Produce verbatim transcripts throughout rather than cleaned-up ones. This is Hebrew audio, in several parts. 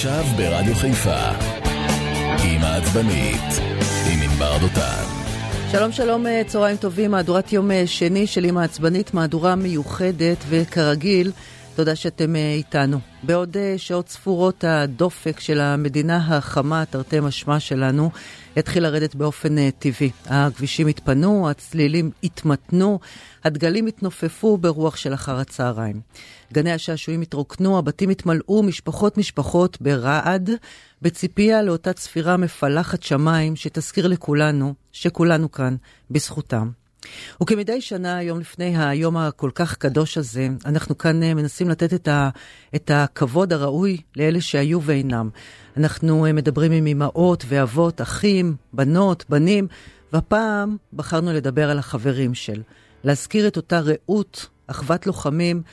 עכשיו ברדיו חיפה עם העצבנית, עם ענבר דותן. שלום שלום, צהריים טובים, מהדורת יום שני של עם העצבנית, מהדורה מיוחדת, וכרגיל תודה שאתם איתנו. בעוד שעות ספורות הדופק של המדינה החמה, תרתי משמע שלנו, יתחיל לרדת באופן טבעי. הכבישים התפנו, הצלילים התמתנו, הדגלים התנופפו ברוח של אחר הצהריים. גני השעשועים התרוקנו, הבתים התמלאו, משפחות משפחות ברעד, בציפייה לאותה צפירה מפלחת שמיים שתזכיר לכולנו שכולנו כאן בזכותם. וכמדי שנה, יום לפני היום הכל כך קדוש הזה, אנחנו כאן מנסים לתת את, ה, את הכבוד הראוי לאלה שהיו ואינם. אנחנו מדברים עם אמהות ואבות, אחים, בנות, בנים, והפעם בחרנו לדבר על החברים של, להזכיר את אותה רעות, אחוות לוחמים,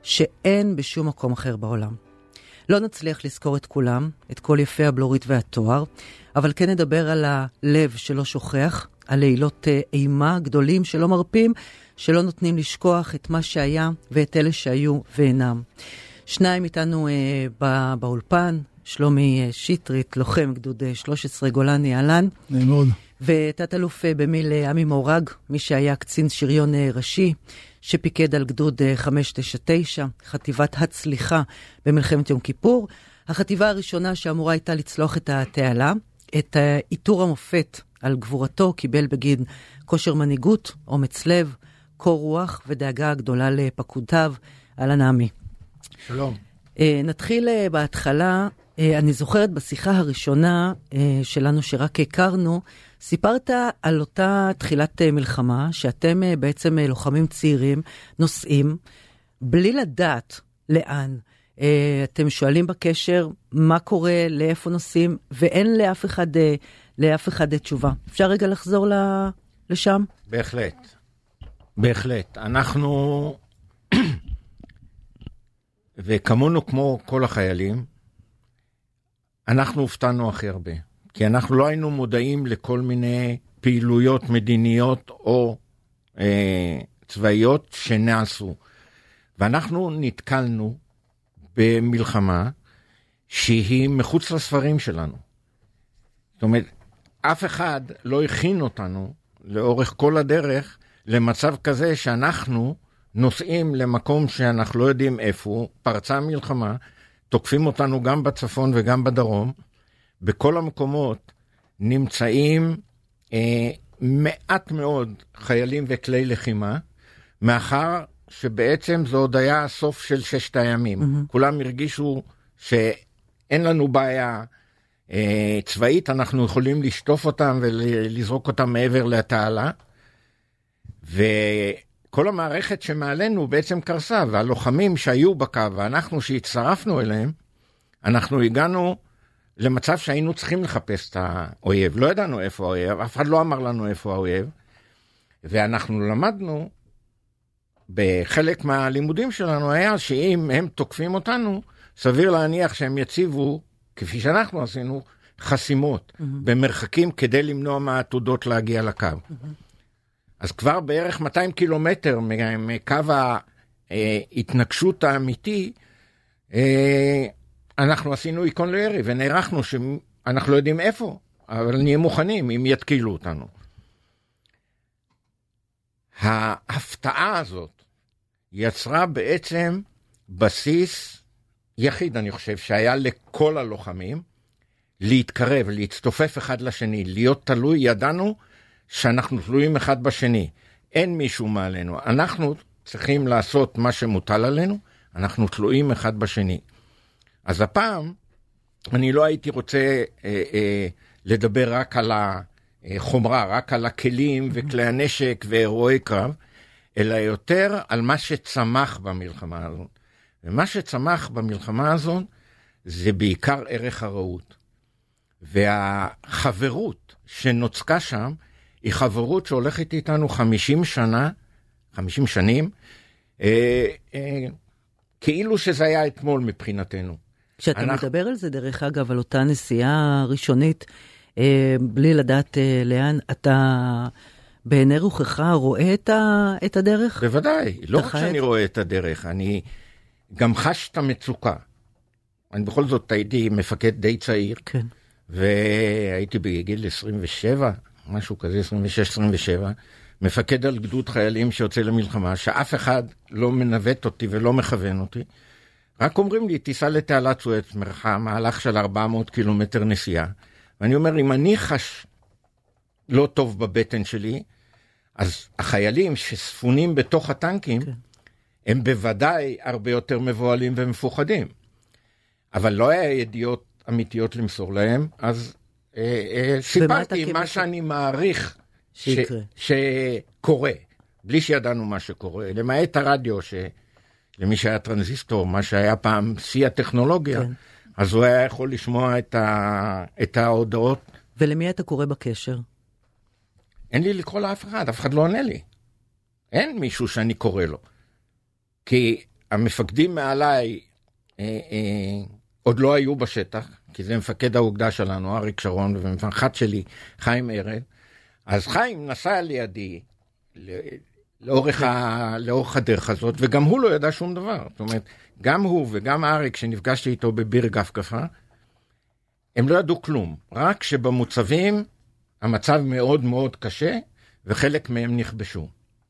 שאין בשום מקום אחר בעולם. לא נצליח לזכור את כולם, את כל יפי הבלורית והתואר, אבל כן נדבר על הלב שלא שוכח, על לילות אימה גדולים שלא מרפים, שלא נותנים לשכוח את מה שהיה ואת אלה שהיו ואינם. שניים איתנו אה, בא, באולפן, שלומי שטרית, לוחם גדוד שלוש עשרה גולני אלן. נעים מאוד. ותת אלוף במיל עמי מורג, מי שהיה קצין שריון ראשי, שפיקד על גדוד חמש תשע תשע, חטיבת הצליחה במלחמת יום כיפור. החטיבה הראשונה שאמורה הייתה לצלוח את התעלה, את איתור המופת על גבורתו קיבל בגין כושר מנהיגות, אומץ לב, קור רוח ודאגה גדולה לפקודיו. אהלן עמי. שלום. נתחיל בהתחלה. אני זוכרת בשיחה הראשונה שלנו שרק הכרנו, סיפרת על אותה תחילת מלחמה, שאתם בעצם לוחמים צעירים, נוסעים, בלי לדעת לאן. אתם שואלים בקשר מה קורה, לאיפה נוסעים, ואין לאף אחד, לאף אחד תשובה. אפשר רגע לחזור לשם? בהחלט. בהחלט. אנחנו, וכמונו כמו כל החיילים, אנחנו הופתענו הכי הרבה. כי אנחנו לא היינו מודעים לכל מיני פעילויות מדיניות או אה, צבאיות שנעשו. ואנחנו נתקלנו במלחמה שהיא מחוץ לספרים שלנו. זאת אומרת, אף אחד לא הכין אותנו לאורך כל הדרך למצב כזה שאנחנו נוסעים למקום שאנחנו לא יודעים איפה, פרצה מלחמה, תוקפים אותנו גם בצפון וגם בדרום, בכל המקומות נמצאים אה, מעט מאוד חיילים וכלי לחימה, מאחר שבעצם זה עוד היה הסוף של ששת הימים. Mm-hmm. כולם הרגישו שאין לנו בעיה אה, צבאית, אנחנו יכולים לשטוף אותם ולזרוק אותם מעבר לתעלה, וכל המערכת שמעלינו בעצם קרסה, והלוחמים שהיו בקו, ואנחנו שהצטרפנו אליהם, אנחנו הגענו למצב שהיינו צריכים לחפש את האויב. לא ידענו איפה האויב, אף אחד לא אמר לנו איפה האויב, ואנחנו למדנו, בחלק מהלימודים שלנו היה שאם הם תוקפים אותנו, סביר להניח שהם יציבו, כפי שאנחנו עשינו, חסימות, mm-hmm. במרחקים כדי למנוע מהעתודות להגיע לקו. Mm-hmm. אז כבר בערך מאתיים קילומטר מקו ההתנגשות האמיתי, אנחנו עשינו איקון לירי, ונערכנו שאנחנו לא יודעים איפה, אבל נהיה מוכנים אם יתקילו אותנו. ההפתעה הזאת יצרה בעצם בסיס יחיד, אני חושב, שהיה לכל הלוחמים, להתקרב, להצטופף אחד לשני, להיות תלוי, ידענו שאנחנו תלויים אחד בשני. אין מישהו מעלינו. אנחנו צריכים לעשות מה שמוטל עלינו, אנחנו תלויים אחד בשני. אז הפעם, אני לא הייתי רוצה אה, אה, לדבר רק על החומרה, רק על הכלים וכלי הנשק ואירועי קרב, אלא יותר על מה שצמח במלחמה הזאת. ומה שצמח במלחמה הזאת, זה בעיקר ערך הרעות. והחברות שנוצקה שם, היא חברות שהולכת איתנו חמישים שנה, חמישים שנים, אה, אה, כאילו שזה היה אתמול מבחינתנו. כשאתה אנחנו... מדבר על זה, דרך אגב, על אותה נסיעה ראשונית, אה, בלי לדעת אה, לאן, אתה בעיני רוחך רואה את, ה... את הדרך? בוודאי, לא רק שאני רואה את הדרך, אני גם חש את המצוקה. אני בכל זאת הייתי מפקד די צעיר, כן. והייתי בגיל עשרים ושבע, משהו כזה, עשרים ושש עשרים ושבע, מפקד על גדוד חיילים שיוצא למלחמה, שאף אחד לא מנווט אותי ולא מכוון אותי, רק אומרים לי, תיסע לתעלת סואץ, מרחק, מהלך של ארבע מאות קילומטר נסיעה, ואני אומר, אם אני חש לא טוב בבטן שלי, אז החיילים שספונים בתוך הטנקים, כן. הם בוודאי הרבה יותר מבועלים ומפוחדים. אבל לא היה ידיעות אמיתיות למסור להם, אז אה, אה, סיפרתי מה שאני מעריך ש, שקורה, בלי שידענו מה שקורה, למעט הרדיו, שלמי שהיה טרנזיסטור, מה שהיה פעם שיא הטכנולוגיה, כן. אז הוא היה יכול לשמוע את, ה, את ההודעות. ולמי אתה קורא בקשר? אין לי לקרוא לאף אחד, אף אחד לא עונה לי. אין מישהו שאני קורא לו. כי המפקדים מעליי אה, אה, עוד לא היו בשטח, כי זה מפקד האוגדה שלנו, אריק שרון, ומפקד שלי, חיים ערב. אז חיים נסע לידי, לאורך, ה, לאורך הדרך הזאת, וגם הוא לא ידע שום דבר. זאת אומרת, גם הוא וגם אריק, שנפגשתי איתו בביר גפגפה, הם לא ידעו כלום. רק שבמוצבים המצב מאוד מאוד קשה, וחלק מהם נכבשו.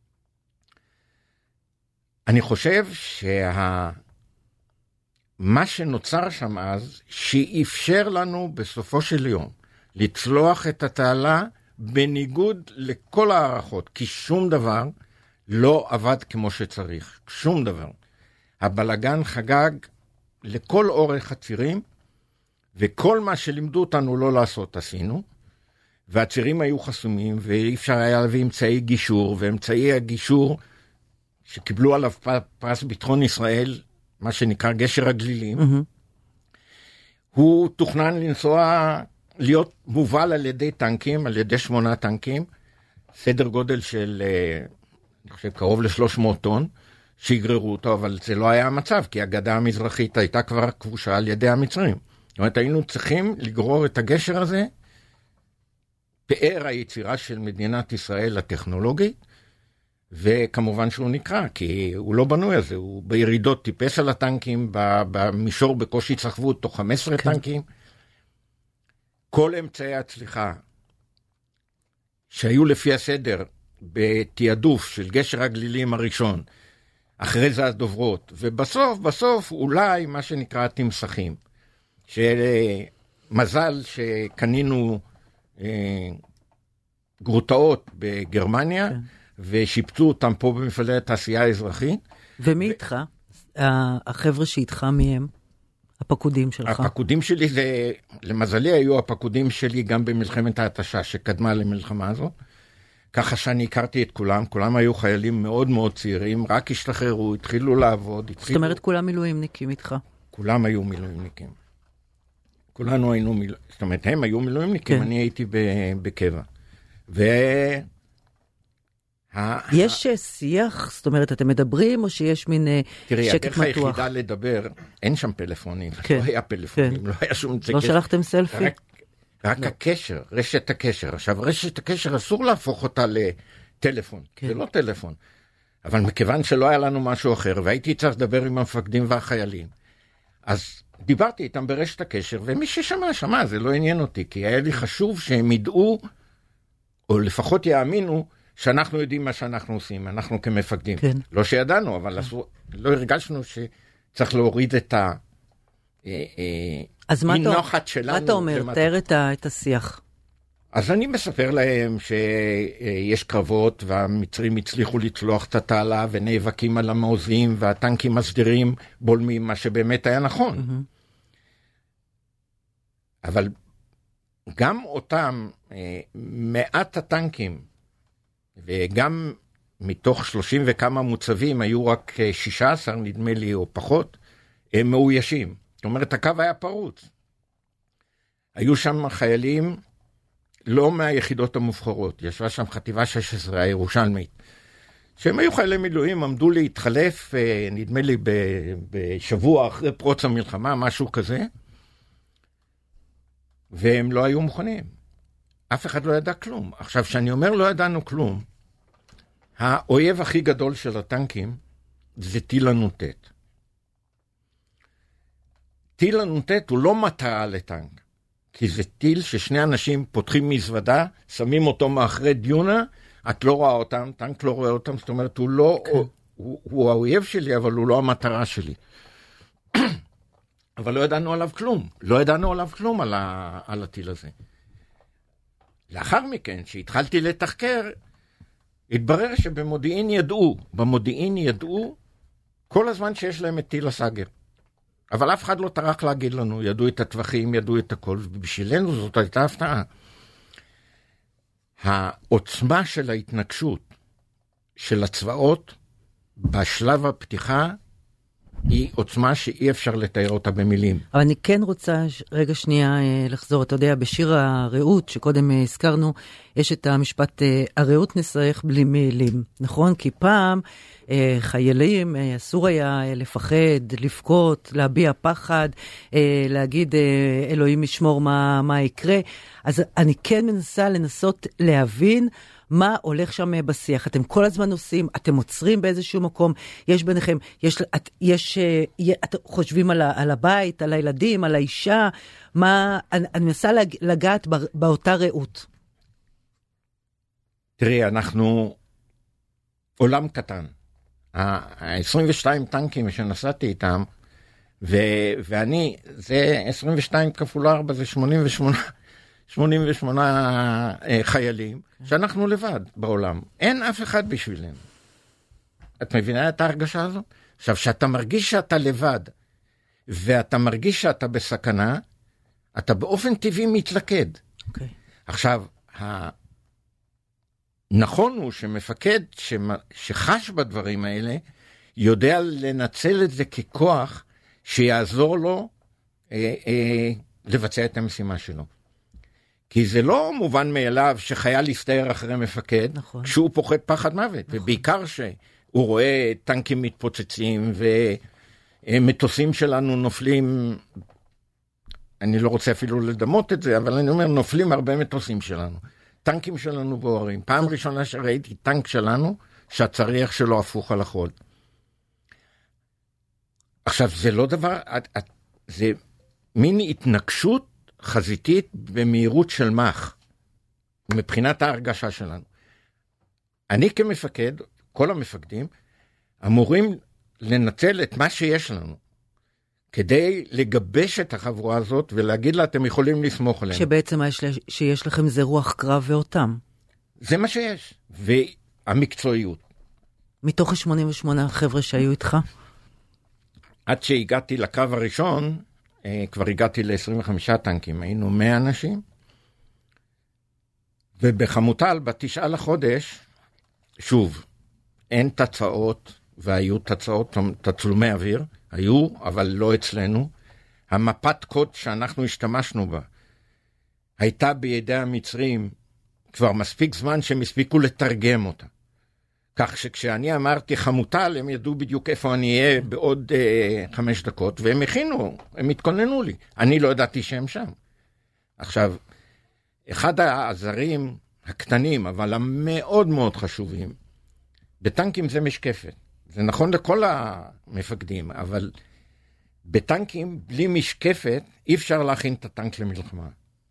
אני חושב שה... מה שנוצר שם אז, שאפשר לנו בסופו של יום, לצלוח את התעלה, בניגוד לכל הערכות, כי שום דבר לא עבד כמו שצריך. שום דבר. הבלגן חגג לכל אורך הצירים, וכל מה שלימדו אותנו לא לעשות עשינו, והצירים היו חסומים, ואי אפשר היה להביא אמצעי גישור, ואמצעי הגישור שקיבלו עליו פרס ביטחון ישראל, מה שנקרא גשר הגלילים, mm-hmm. הוא תוכנן לנסוע, להיות מובל על ידי טנקים, על ידי שמונה טנקים, סדר גודל של, אני חושב, קרוב ל-שלוש מאות טון, שיגררו אותו, אבל זה לא היה המצב, כי הגדה המזרחית הייתה כבר כבושה על ידי המצרים. זאת אומרת, היינו צריכים לגרור את הגשר הזה, פאר היצירה של מדינת ישראל הטכנולוגית, וכמובן שהוא נקרא, כי הוא לא בנוי על זה, הוא בירידות טיפס על הטנקים, במישור בקושי צחבו תוך חמישה עשר כן. טנקים. כל אמצעי הצליחה שהיו לפי הסדר בתיעדוף של גשר הגלילים הראשון, אחרי זה הדוברות, ובסוף, בסוף אולי מה שנקרא תמסכים, שמזל שקנינו אה, גרוטאות בגרמניה, כן. ושיפצו אותם פה במפעלי התעשייה האזרחית. ומי ו... איתך? החבר'ה שאיתך מהם? הפקודים שלך? הפקודים שלי זה, למזלי היו הפקודים שלי גם במלחמת ההתשה שקדמה למלחמה הזאת. ככה שאני הכרתי את כולם, כולם היו חיילים מאוד מאוד צעירים, רק השתחררו, התחילו לעבוד. התחילו... זאת אומרת כולם מילואימניקים איתך? כולם היו מילואימניקים. כולנו היינו מילואימניקים, זאת אומרת הם היו מילואימניקים, כן. אני הייתי בקבע. ו... יש שיח, זאת אומרת, אתם מדברים, או שיש מין תראי, שקט מתוח? תראי, הדרך היחידה לדבר, אין שם פלאפונים, כן, לא היה פלאפונים, כן. לא היה שום... לא שלחתם סלפי? רק, רק לא. הקשר, רשת הקשר. עכשיו, רשת הקשר אסור להפוך אותה לטלפון, כן. זה לא טלפון. אבל מכיוון שלא היה לנו משהו אחר, והייתי צריך לדבר עם המפקדים והחיילים, אז דיברתי איתם ברשת הקשר, ומי ששמע, שמע, זה לא עניין אותי, כי היה לי חשוב שהם ידעו, או לפחות יאמינו, שאנחנו יודעים מה שאנחנו עושים, אנחנו כמפקדים. כן. לא שידענו, אבל כן. אסור, לא הרגשנו שצריך להוריד את ה... אז מה אתה, מה אתה אומר? למטה. תאר את, ה, את השיח. אז אני מספר להם שיש קרבות, והמצרים הצליחו לצלוח את התעלה, ונאבקים על המעוזים, והטנקים הסדירים בולמים, מה שבאמת היה נכון. Mm-hmm. אבל גם אותם מעט הטנקים, וגם מתוך שלושים וכמה מוצבים, היו רק שישה עשר נדמה לי או פחות, הם מאוישים. זאת אומרת, הקו היה פרוץ. היו שם חיילים לא מהיחידות המובחרות, ישבה שם חטיבה שש עשרה הירושלמית, שהם היו חיילי מילואים, עמדו להתחלף, נדמה לי בשבוע אחרי פרוץ המלחמה, משהו כזה, והם לא היו מוכנים. אף אחד לא ידע כלום. עכשיו, שאני אומר לא ידענו כלום, האויב הכי גדול של הטנקים זה טיל הנוטט. טיל הנ"ט הוא לא מטרה לטנק, כי זה טיל ששני אנשים פותחים מזוודה, שמים אותו מאחרי דיונה, את לא רואה אותם, טנק לא רואה אותם, זאת אומרת, הוא לא, okay. הוא, הוא, הוא האויב שלי, אבל הוא לא המטרה שלי. אבל לא ידענו עליו כלום, לא ידענו עליו כלום על, ה, על הטיל הזה. לאחר מכן, שהתחלתי לתחקר, התברר שבמודיעין ידעו, במודיעין ידעו כל הזמן שיש להם את טיל הסאגר. אבל אף אחד לא טרח להגיד לנו, ידעו את הטווחים, ידעו את הכל, ובשבילנו זאת הייתה הפתעה. העוצמה של ההתנגשות של הצבאות בשלב הפתיחה היא עוצמה שאי אפשר לתאר אותה במילים. אבל אני כן רוצה רגע שנייה לחזור. אתה יודע, בשיר הרעות שקודם הזכרנו, יש את המשפט, הרעות נשרך בלי מילים, נכון? כי פעם חיילים אסור היה לפחד, לבכות, להביע פחד, להגיד אלוהים ישמור מה, מה יקרה. אז אני כן מנסה לנסות להבין מה הולך שם בשיח. אתם כל הזמן עושים, אתם עוצרים באיזשהו מקום, יש ביניכם, יש, את, יש, את חושבים על, על הבית, על הילדים, על האישה, מה, אני, אני מנסה לג, לגעת בא, באותה רעות. תראי, אנחנו עולם קטן. ה-עשרים ושתיים טנקים שנסעתי איתם, ו- ואני, זה עשרים ושתיים כפול ארבע, זה שמונים ושמונה, שמונים ושמונה חיילים, שאנחנו לבד בעולם. אין אף אחד בשבילנו. את מבינה את ההרגשה הזאת? עכשיו, שאתה מרגיש שאתה לבד, ואתה מרגיש שאתה בסכנה, אתה באופן טבעי מתלכד. Okay. עכשיו, נכון הוא שמפקד שחש בדברים האלה, יודע לנצל את זה ככוח שיעזור לו אה, אה, לבצע את המשימה שלו. כי זה לא מובן מאליו שחייל יסתער אחרי מפקד, נכון. כשהוא פוחד פחד מוות, נכון. ובעיקר שהוא רואה טנקים מתפוצצים, ומטוסים שלנו נופלים, אני לא רוצה אפילו לדמות את זה, אבל אני אומר, נופלים הרבה מטוסים שלנו. טנקים שלנו בוערים. פעם ראשונה שראיתי טנק שלנו, שהצריח שלו הפוך על החול. עכשיו, זה לא דבר, זה מין התנגשות חזיתית במהירות של מח, מבחינת ההרגשה שלנו. אני כמפקד, כל המפקדים, אמורים לנצל את מה שיש לנו, כדי לגבש את החבורה הזאת, ולהגיד לה, אתם יכולים לסמוך עליהם. שבעצם שיש לכם זה רוח קרב ואותם. זה מה שיש, והמקצועיות. מתוך ה-שמונים ושמונה חבר'ה שהיו איתך? עד שהגעתי לקרב הראשון, כבר הגעתי ל-עשרים וחמישה טנקים, היינו מאה אנשים, ובחמוטל, בתשעה לחודש, שוב, אין תצאות, והיו תצאות, תצלומי אוויר, היו, אבל לא אצלנו. המפת קוד שאנחנו השתמשנו בה, הייתה בידי המצרים כבר מספיק זמן שהם הספיקו לתרגם אותה. כך שכשאני אמרתי חמוטל, הם ידעו בדיוק איפה אני אהיה בעוד אה, חמש דקות, והם הכינו, הם התכוננו לי. אני לא ידעתי שהם שם. עכשיו, אחד העזרים הקטנים, אבל המאוד מאוד חשובים, בטנקים זה משקפת. זה נכון לכל המפקדים, אבל בטנקים בלי משקפת אי אפשר להכין את הטנק למלחמה.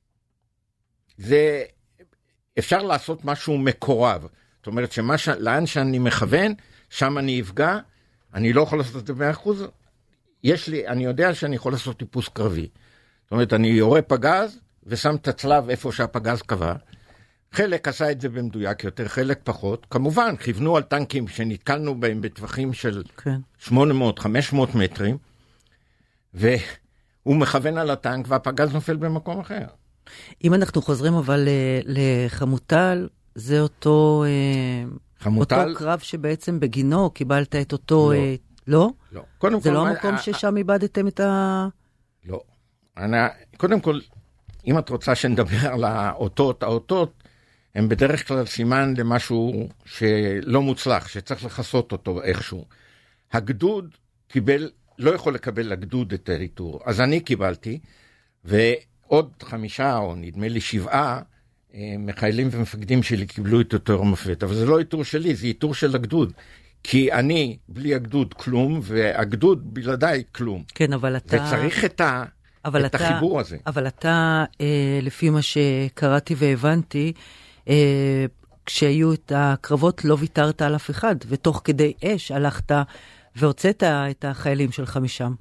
זה, אפשר לעשות משהו מקורב. זאת אומרת, שמה ש... לאן שאני מכוון, שם אני אפגע, אני לא יכול לעשות את זה מאה אחוז, יש לי, אני יודע שאני יכול לעשות טיפוס קרבי. זאת אומרת, אני יורה פגז, ושם את הצלב איפה שהפגז קבע. חלק עשה את זה במדויק יותר, חלק פחות. כמובן, כיוונו על טנקים שנתקלנו בהם בטווחים של כן. שמונה מאות חמש מאות מטרים, והוא מכוון על הטנק, והפגז נופל במקום אחר. אם אנחנו חוזרים אבל לחמוטל, זה אותו, חמוטל, אותו קרב שבעצם בגינו קיבלת את אותו... לא? לא? לא. קודם זה כל, לא מה, המקום 아, ששם איבדתם את ה... לא. אני, קודם כל, אם את רוצה שנדבר על האותות, האותות הם בדרך כלל סימן למשהו שלא מוצלח, שצריך לחסות אותו איכשהו. הגדוד קיבל, לא יכול לקבל לגדוד את האיתור, אז אני קיבלתי, ועוד חמישה או נדמה לי שבעה, מחיילים ומפקדים שלי קיבלו את אותו מפת, אבל זה לא איתור שלי, זה איתור של הגדוד. כי אני בלי הגדוד כלום, והגדוד בלעדיי כלום. כן, אבל אתה... וצריך את, ה... את אתה, החיבור הזה. אבל אתה, אה, לפי מה שקראתי והבנתי, אה, כשהיו את הקרבות לא ויתרת על אף אחד, ותוך כדי אש הלכת והוצאת את החיילים שלך משם.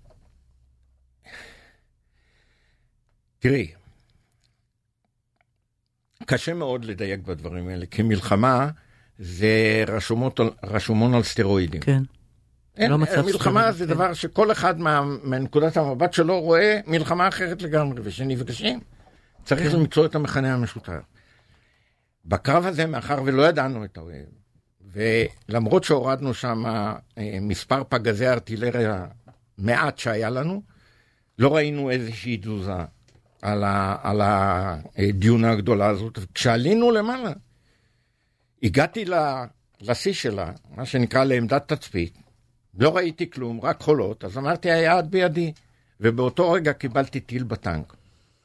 תראי, קשה מאוד לדייק בדברים האלה, כי מלחמה זה רשומות, רשומון על סטרואידים. כן. אין, לא מצב מלחמה זה כן. דבר שכל אחד מה, מנקודת המבט שלו רואה מלחמה אחרת לגמרי, ושנפגשים צריך כן. למצוא את המכנה המשותף. בקרב הזה, מאחר ולא ידענו את האויב, ולמרות שהורדנו שם מספר פגזי ארטילריה מעט שהיה לנו, לא ראינו איזושהי תזוזה על, ה, על הדיונה הגדולה הזאת. כשעלינו למעלה, הגעתי לשיא שלה, מה שנקרא לעמדת תצפית, לא ראיתי כלום, רק חולות, אז אמרתי, היעד בידי, ובאותו רגע קיבלתי טיל בטנק.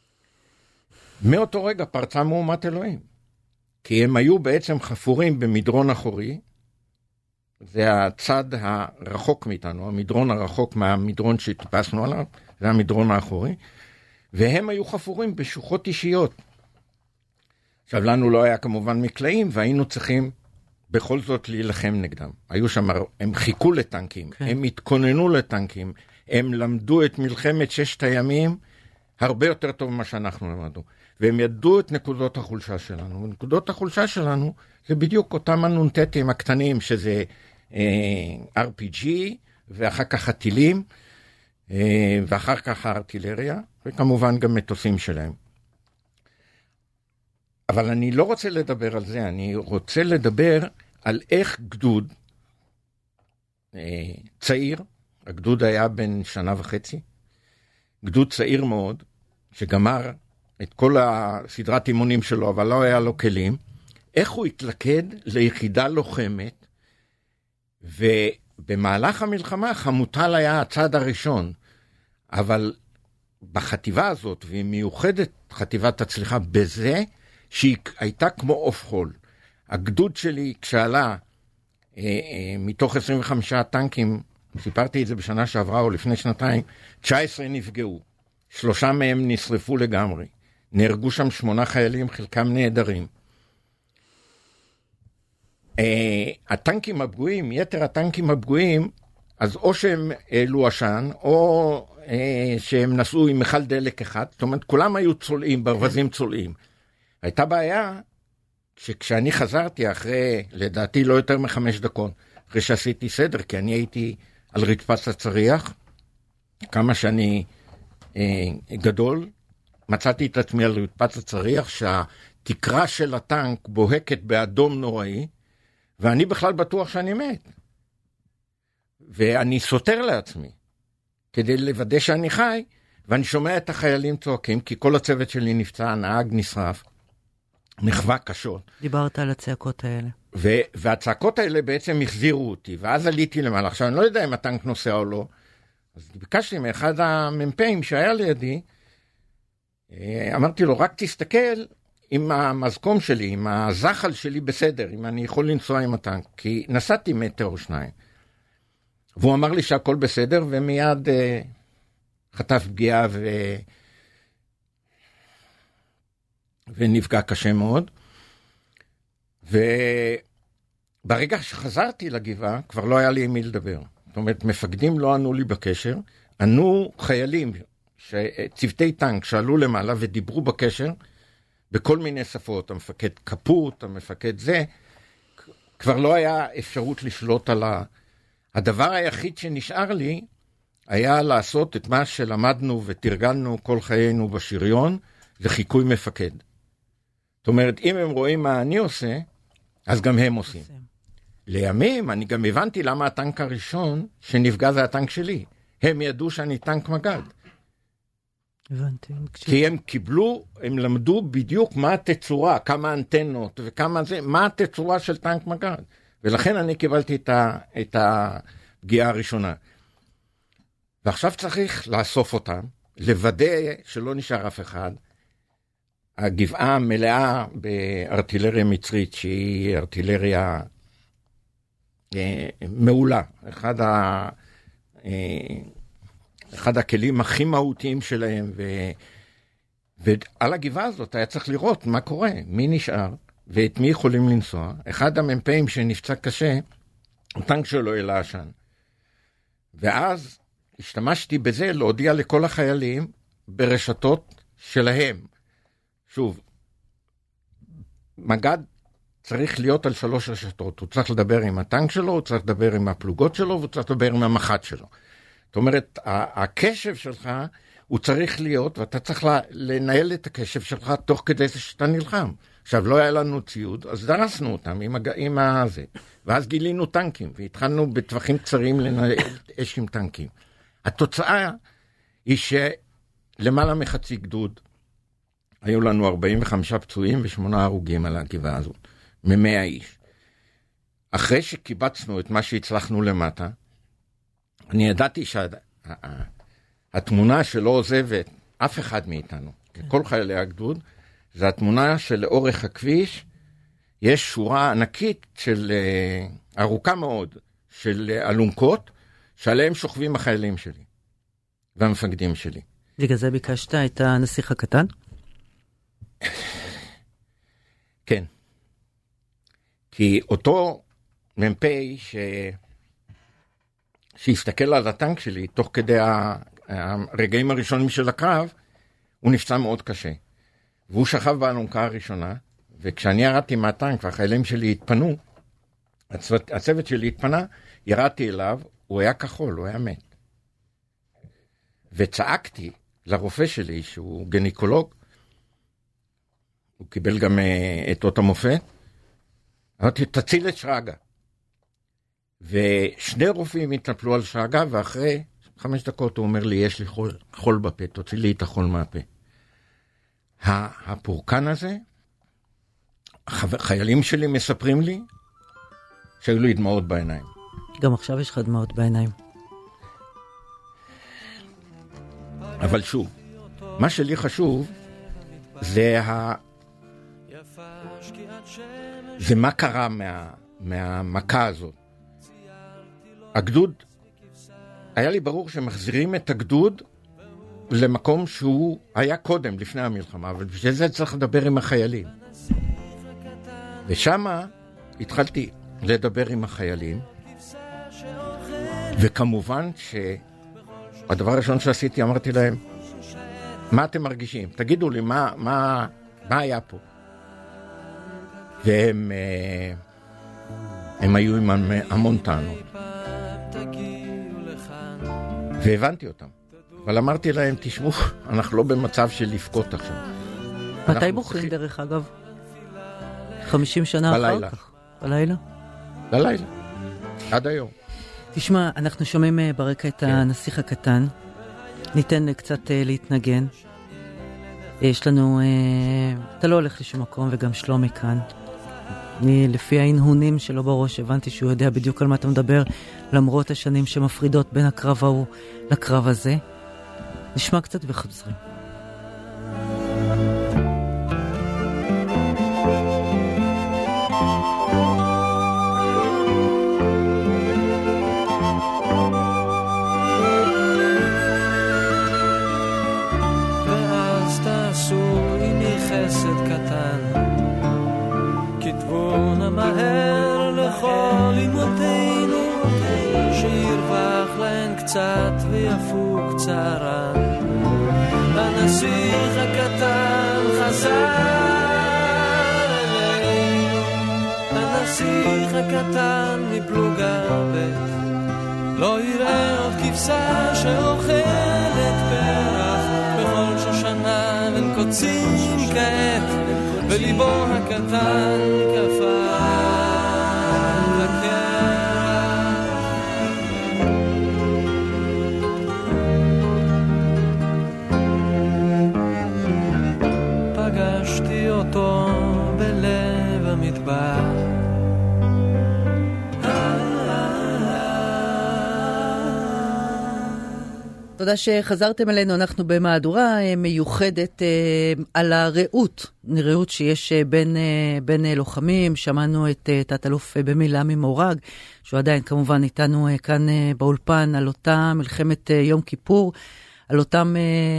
מאותו רגע פרצה מהומת אלוהים, כי הם היו בעצם חפורים במדרון אחורי, זה הצד הרחוק מאיתנו, המדרון הרחוק מהמדרון שטיפסנו עליו, זה המדרון האחורי, והם היו חפורים בשוחות אישיות. עכשיו, לנו לא היה כמובן מקלעים, והיינו צריכים בכל זאת להילחם נגדם. היו שם, הם חיכו לטנקים, כן. הם התכוננו לטנקים, הם למדו את מלחמת ששת הימים, הרבה יותר טוב ממה שאנחנו למדנו. והם ידעו את נקודות החולשה שלנו. ונקודות החולשה שלנו זה בדיוק אותם הנונטטים הקטנים, שזה אה, אר פי ג'י, ואחר כך הטילים, אה, ואחר כך הארטילריה, וכמובן גם מטוסים שלהם. אבל אני לא רוצה לדבר על זה, אני רוצה לדבר על איך גדוד אה, צעיר, הגדוד היה בן שנה וחצי, גדוד צעיר מאוד, שגמר את כל הסדרת אימונים שלו, אבל לא היה לו כלים, איך הוא התלכד ליחידה לוחמת, ובמהלך המלחמה חמוטל היה הצד הראשון, אבל בחטיבה הזאת, והיא מיוחדת חטיבת הצליחה בזה, שהיא הייתה כמו אוף חול. הגדוד שלי כשעלה אה, אה, מתוך עשרים וחמישה טנקים, סיפרתי את זה בשנה שעברה או לפני שנתיים, תשע עשרה נפגעו, שלושה מהם נשרפו לגמרי. נהרגו שם שמונה חיילים, חלקם נהדרים. Uh, הטנקים הפגועים, יתר הטנקים הפגועים, אז או שהם העלו עשן, או uh, שהם נסעו עם מכל דלק אחד, זאת אומרת, כולם היו צולעים, ברווזים צולעים. הייתה בעיה, שכשאני חזרתי אחרי, לדעתי לא יותר מחמש דקות, אחרי שעשיתי סדר, כי אני הייתי על רצפת הצריח, כמה שאני uh, גדול, מצאתי את עצמי על רצפת הצריח, שהתקרה של הטנק בוהקת באדום נוראי, ואני בכלל בטוח שאני מת. ואני סותר לעצמי, כדי לוודא שאני חי, ואני שומע את החיילים צועקים, כי כל הצוות שלי נפצע, הנהג נשרף, מחווה קשות. דיברת על הצעקות האלה. ו- והצעקות האלה בעצם החזירו אותי, ואז עליתי למעלה. עכשיו, אני לא יודע אם הטנק נוסע או לא, אז ביקשתי מאחד המ"פים שהיה לידי, אמרתי לו, רק תסתכל עם המזקום שלי, עם הזחל שלי בסדר, אם אני יכול לנסוע עם הטנק, כי נסעתי מטר או שניים. והוא אמר לי שהכל בסדר, ומיד אה, חטף פגיעה ו... ונפגע קשה מאוד. וברגע שחזרתי לגבעה, כבר לא היה לי עם מי לדבר. זאת אומרת, מפקדים לא ענו לי בקשר, ענו חיילים, צוותי טנק שעלו למעלה ודיברו בקשר, בכל מיני שפות, המפקד כפות, המפקד זה, כבר לא היה אפשרות לשלוט על ה... הדבר היחיד שנשאר לי, היה לעשות את מה שלמדנו ותרגלנו כל חיינו בשריון, זה חיקוי מפקד. זאת אומרת, אם הם רואים מה אני עושה, אז גם הם עושים. לימים, אני גם הבנתי למה הטנק הראשון שנפגע זה הטנק שלי. הם ידעו שאני טנק מגד. הבנתי. כי הם קיבלו, הם למדו בדיוק מה התצורה, כמה אנטנות וכמה זה, מה התצורה של טנק מגד. ולכן אני קיבלתי את, ה, את הפגיעה הראשונה. ועכשיו צריך לאסוף אותם, לוודא שלא נשאר אף אחד. הגבעה מלאה בארטילריה מצרית, שהיא ארטילריה אה, מעולה. אחד, ה, אה, אחד הכלים הכי מהותיים שלהם, ו, ועל הגבעה הזאת היה צריך לראות מה קורה, מי נשאר, ואת מי יכולים לנסוע. אחד המ"פים שנפצע קשה, הטנק שלו העלה עשן. ואז השתמשתי בזה להודיע לכל החיילים ברשתות שלהם. שוב, מג"ד צריך להיות על שלוש רשתות. הוא צריך לדבר עם הטנק שלו, הוא צריך לדבר עם הפלוגות שלו, והוא צריך לדבר עם המח"ט שלו. זאת אומרת, הקשב שלך הוא צריך להיות, ואתה צריך לנהל את הקשב שלך תוך כדי זה שאתה נלחם. עכשיו, לא היה לנו ציוד, אז דרסנו אותם עם, הג... עם הזה. ואז גילינו טנקים, והתחלנו בטווחים קצרים לנהל אש עם טנקים. התוצאה היא שלמעלה מחצי גדוד, היו לנו ארבעים וחמישה פצועים ושמונה הרוגים על הגבעה הזאת, ממאה איש. אחרי שקיבצנו את מה שהצלחנו למטה, אני ידעתי שהתמונה שלא עוזבת אף אחד מאיתנו, כל חיילי הגדוד, זה התמונה שלאורך הכביש יש שורה ענקית של ארוכה מאוד של אלונקות שעליהם שוכבים החיילים שלי והמפקדים שלי. בגלל זה ביקשת את הנסיך הקטן? כן. כי אותו מ"פ ש... שהסתכל על הטנק שלי תוך כדי הרגעים הראשונים של הקרב, הוא נפצע מאוד קשה. והוא שכב באלונקה הראשונה, וכשאני ירדתי מהטנק והחיילים שלי התפנו, הצוות, הצוות שלי התפנה, ירדתי אליו, הוא היה כחול, הוא היה מת. וצעקתי לרופא שלי, שהוא גניקולוג, הוא קיבל גם uh, את אות המופת, אמרתי, תציל את שרגא. ושני רופאים התנפלו על שרגא, ואחרי חמש דקות הוא אומר לי, יש לי חול, חול בפה, תוציא לי את החול מהפה. הפורקן הזה, חיילים שלי מספרים לי שהיו לי דמעות בעיניים. גם עכשיו יש לך דמעות בעיניים. אבל שוב, מה שלי חשוב זה ה... זה מה קרה מה... מהמכה הזאת. הגדוד, היה לי ברור שמחזירים את הגדוד למקום שהוא היה קודם, לפני המלחמה, אבל בשביל זה צריך לדבר עם החיילים. ושמה התחלתי לדבר עם החיילים, וכמובן שהדבר הראשון שעשיתי, אמרתי להם, מה אתם מרגישים? תגידו לי, מה, מה, מה היה פה? והם הם היו עם המון טענות. והבנתי אותם. אבל אמרתי להם, תשמעו, אנחנו לא במצב של לפקוט עכשיו. מתי בוחרים דרך אגב? חמישים שנה אחר כך? בלילה? בלילה. עד היום. תשמע, אנחנו שומעים ברקע את הנסיך הקטן. ניתן קצת להתנגן. יש לנו... אתה לא הולך לשום מקום, וגם שלומי כאן. אני, לפי ההנהונים שלו בראש, הבנתי שהוא יודע בדיוק על מה אתה מדבר, למרות השנים שמפרידות בין הקרב ההוא לקרב הזה. נשמע קצת וחוזרים. ואז תעשו עימי חסד קטן, כתבו נא מהר לכל אמותינו, שירווח להן קצת ויפוג צערן. הנסיך הקטן חזר אלינו, הנסיך הקטן מפלוגה בית, לא יראה עוד כבשה שאוכלת פרח בכל שושנה בין קוצים כעת, וליבו הקטן כפה לקרח. פגשתי אותו בלב המדבר, תודה תודה שחזרתם אלינו. אנחנו במהדורה מיוחדת על הרעות, רעות שיש בין, בין לוחמים. שמענו את תת-אלוף במיל' עמי מורג, שהוא עדיין כמובן איתנו כאן באולפן, על אותה מלחמת יום כיפור, על אותם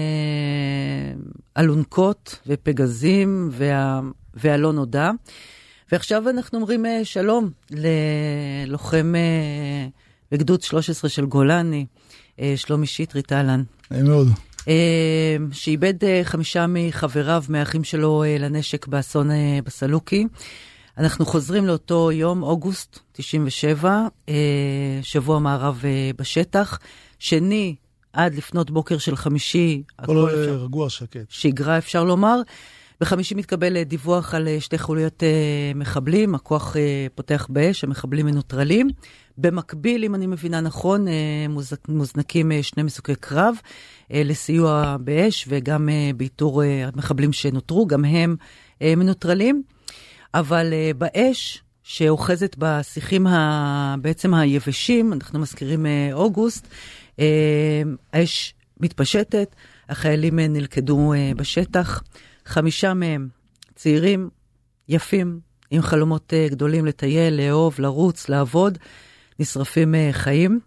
אלונקות ופגזים וה, והלא נודע. ועכשיו אנחנו אומרים שלום ללוחם בגדוד שלוש עשרה של גולני, שלומי שטרית, אהלן. נעים מאוד. שאיבד חמישה מחבריו, מהאחים שלו לנשק באסון בסלוקי. אנחנו חוזרים לאותו יום, אוגוסט תשעים ושבע, שבוע מערב בשטח. שני, עד לפנות בוקר של חמישי. כל רגוע שקט. שגרה אפשר לומר. בחמישי מתקבל דיווח על שתי חוליות מחבלים, הכוח פותח באש, המחבלים מנוטרלים. במקביל, אם אני מבינה נכון, מוזנקים שני מסוקי קרב לסיוע באש, וגם באיתור המחבלים שנותרו, גם הם מנוטרלים. אבל באש שאוחזת בשיחים בעצם היבשים, אנחנו מזכירים אוגוסט, האש מתפשטת, החיילים נלכדו בשטח, חמישה מהם צעירים, יפים, עם חלומות גדולים לטייל, לאהוב, לרוץ, לעבוד, נשרפים חיים.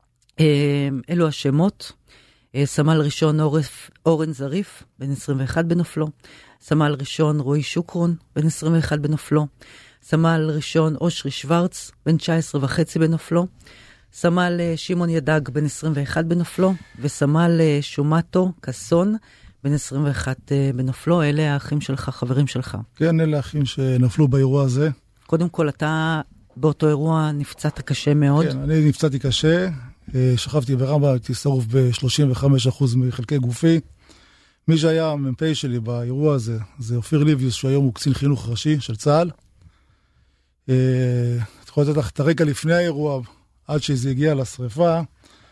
אלו השמות. סמל ראשון עורף, אורן זריף, בן עשרים ואחת בנופלו. סמל ראשון רועי שוקרון, בן עשרים ואחת בנופלו. סמל ראשון אושרי שוורץ, בן תשע עשרה וחצי בנופלו. סמל שמעון ידג, בן עשרים ואחת בנופלו. וסמל שומטו קסון, בן עשרים ואחת בנופלו. אלה האחים שלך, חברים שלך. כן, אלה האחים שנפלו באירוע הזה. קודם כל, אתה באותו אירוע נפצעת קשה מאוד. כן, אני נפצעתי קשה. שכבתי ברמב"ם, הייתי שרוף ב-שלושים וחמישה אחוז מחלקי גופי. מי שהיה המ"פ שלי באירוע הזה, זה אופיר ליביוס, שהיום הוא קצין חינוך ראשי של צה"ל. אתה יכול לתת לך את הרקע לפני האירוע, עד שזה הגיע לשריפה.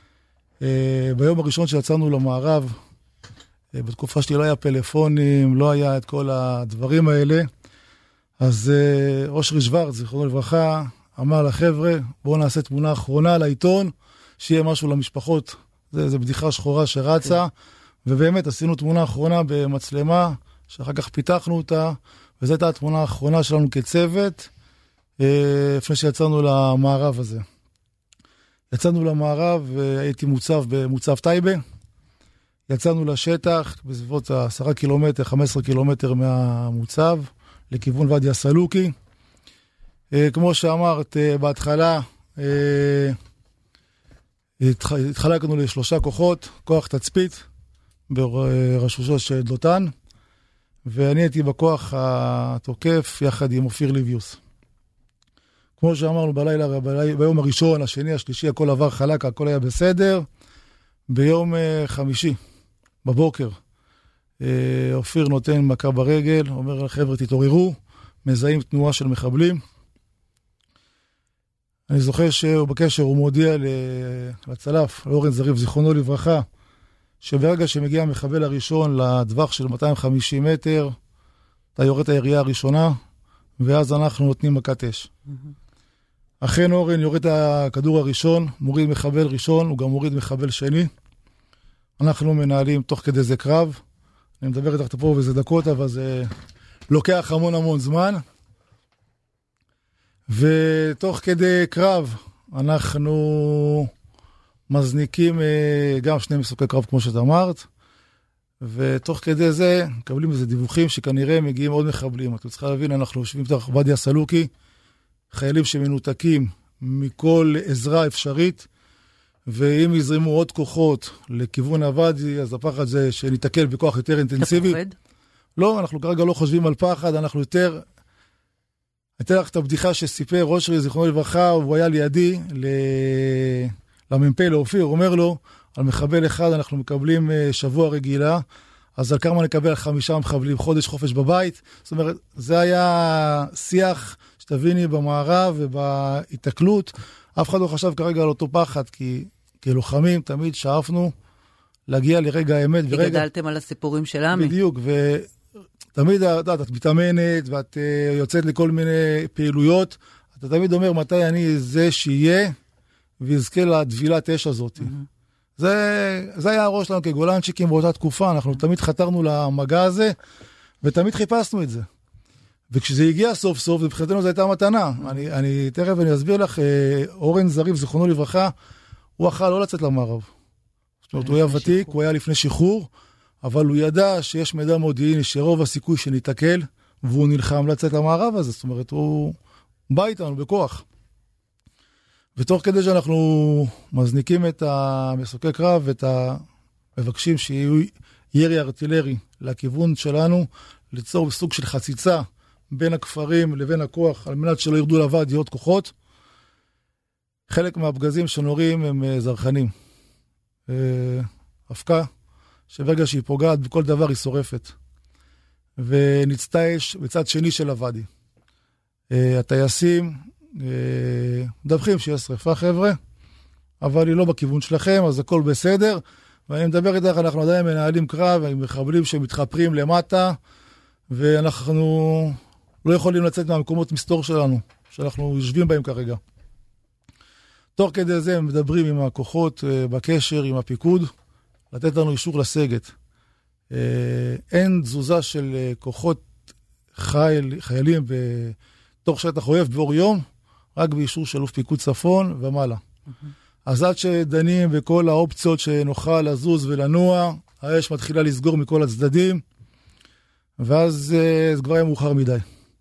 ביום הראשון שיצאנו למערב, בתקופה שלי לא היה פלאפונים, לא היה את כל הדברים האלה. אז אושרי שוורץ, זכרונו לברכה, אמר לחבר'ה, בואו נעשה תמונה אחרונה לעיתון, שיהיה משהו למשפחות. זה, זה בדיחה שחורה שרצה, ובאמת עשינו תמונה אחרונה במצלמה, שאחר כך פיתחנו אותה, וזו הייתה התמונה האחרונה שלנו כצוות, לפני שיצאנו למערב הזה. יצאנו למערב, והייתי מוצב במוצב טייבה, יצאנו לשטח, בסביבות עשרה קילומטר, חמישה עשר קילומטר מהמוצב, לכיוון ואדי הסלוקי. כמו שאמרת, בהתחלה, התחלקנו לשלושה כוחות, כוח תצפית, ברשושו של דותן, ואני הייתי בכוח התוקף יחד עם אופיר ליביוס. כמו שאמרנו בלילה, ביום הראשון, השני, השלישי, הכל עבר חלק, הכל היה בסדר. ביום חמישי, בבוקר, אופיר נותן מכה ברגל, אומר לחבר'ה תתעוררו, מזהים תנועה של מחבלים. אני זוכר שהוא בקשר, הוא מודיע לצלף, לאורן זריף, זיכרונו לברכה, שברגע שמגיע המחבל הראשון לדווח של מאתיים וחמישים מטר, אתה יורד את הירייה הראשונה, ואז אנחנו נותנים מכת אש. אכן אורן יורד את הכדור הראשון, מוריד מחבל ראשון, הוא גם מוריד מחבל שני. אנחנו מנהלים תוך כדי זה קרב. אני מדבר איתך פה וזה דקות, אבל זה לוקח המון המון זמן. ותוך כדי קרב אנחנו מזניקים גם שני מסוקי קרב כמו שאת אמרת, ותוך כדי זה מקבלים איזה דיווחים שכנראה מגיעים עוד מחבלים. אתם צריכים להבין, אנחנו יושבים בתוך ואדי הסלוקי, חיילים שמנותקים מכל עזרה אפשרית, ואם יזרימו עוד כוחות לכיוון הוואדי, אז הפחד זה שניתקל בכוח יותר אינטנסיבי. אתה פוחד? לא, אנחנו כרגע לא חושבים על פחד, אנחנו יותר... אתן לך את הבדיחה שסיפר אושרי, זיכרונו לברכה, הוא היה לידי, למ"פ לאופיר, הוא אומר לו, על מחבל אחד אנחנו מקבלים שבוע רגילה, אז על כמה נקבל חמישה מחבלים, חודש חופש בבית. זאת אומרת, זה היה שיח שתביני במערב ובהתקלות. אף אחד לא חשב כרגע על אותו פחד, כי כלוחמים תמיד שאפנו להגיע לרגע האמת. כי ורגע... גדלתם על הסיפורים של עמי. בדיוק, ותמיד את, את מתאמנת ואת יוצאת לכל מיני פעילויות. אתה תמיד אומר מתי אני זה שיהיה ויזכה לדבילת אש הזאת. Mm-hmm. זה, זה היה הראש שלנו כגולנצ'יקים באותה תקופה, אנחנו תמיד חתרנו למגע הזה, ותמיד חיפשנו את זה. וכשזה הגיע סוף סוף, מבחינתנו זו הייתה מתנה. אני, אני, תכף אני אסביר לך, אורן זריף, זכרונו לברכה, הוא אכל לא לצאת למערב. זאת אומרת, הוא היה ותיק, הוא היה לפני שחרור, אבל הוא ידע שיש מידע מודיעיני שרוב הסיכוי שניתקל, והוא נלחם לצאת למערב הזה. זאת אומרת, הוא בא איתנו בכוח. ותוך כדי שאנחנו מזניקים את המסוקי קרב ואת המבקשים שיהיו ירי ארטילרי לכיוון שלנו, ליצור בסוג של חציצה בין הכפרים לבין הכוח, על מנת שלא ירדו לבד יהיות כוחות. חלק מהפגזים שנורים הם זרחנים. הפקה, שברגע שהיא פוגעת בכל דבר היא שורפת. ונצטה אש בצד שני של הוואדי. הטייסים מדווחים שיש שריפה חבר'ה, אבל היא לא בכיוון שלכם, אז הכל בסדר. ואני מדבר איתך, אנחנו עדיין מנהלים קרב, עם מחבלים שמתחפרים למטה, ואנחנו לא יכולים לצאת מהמקומות מסתור שלנו, שאנחנו יושבים בהם כרגע. תוך כדי זה הם מדברים עם הכוחות בקשר, עם הפיקוד, לתת לנו אישור לסגת. אין תזוזה של כוחות חייל, חיילים בתוך שטח אויב באור יום, רק באישור של אלוף פיקוד צפון ומעלה. Mm-hmm. אז עד שדנים בכל האופציות שנוכל לזוז ולנוע, האש מתחילה לסגור מכל הצדדים, ואז זה כבר היה מאוחר מדי.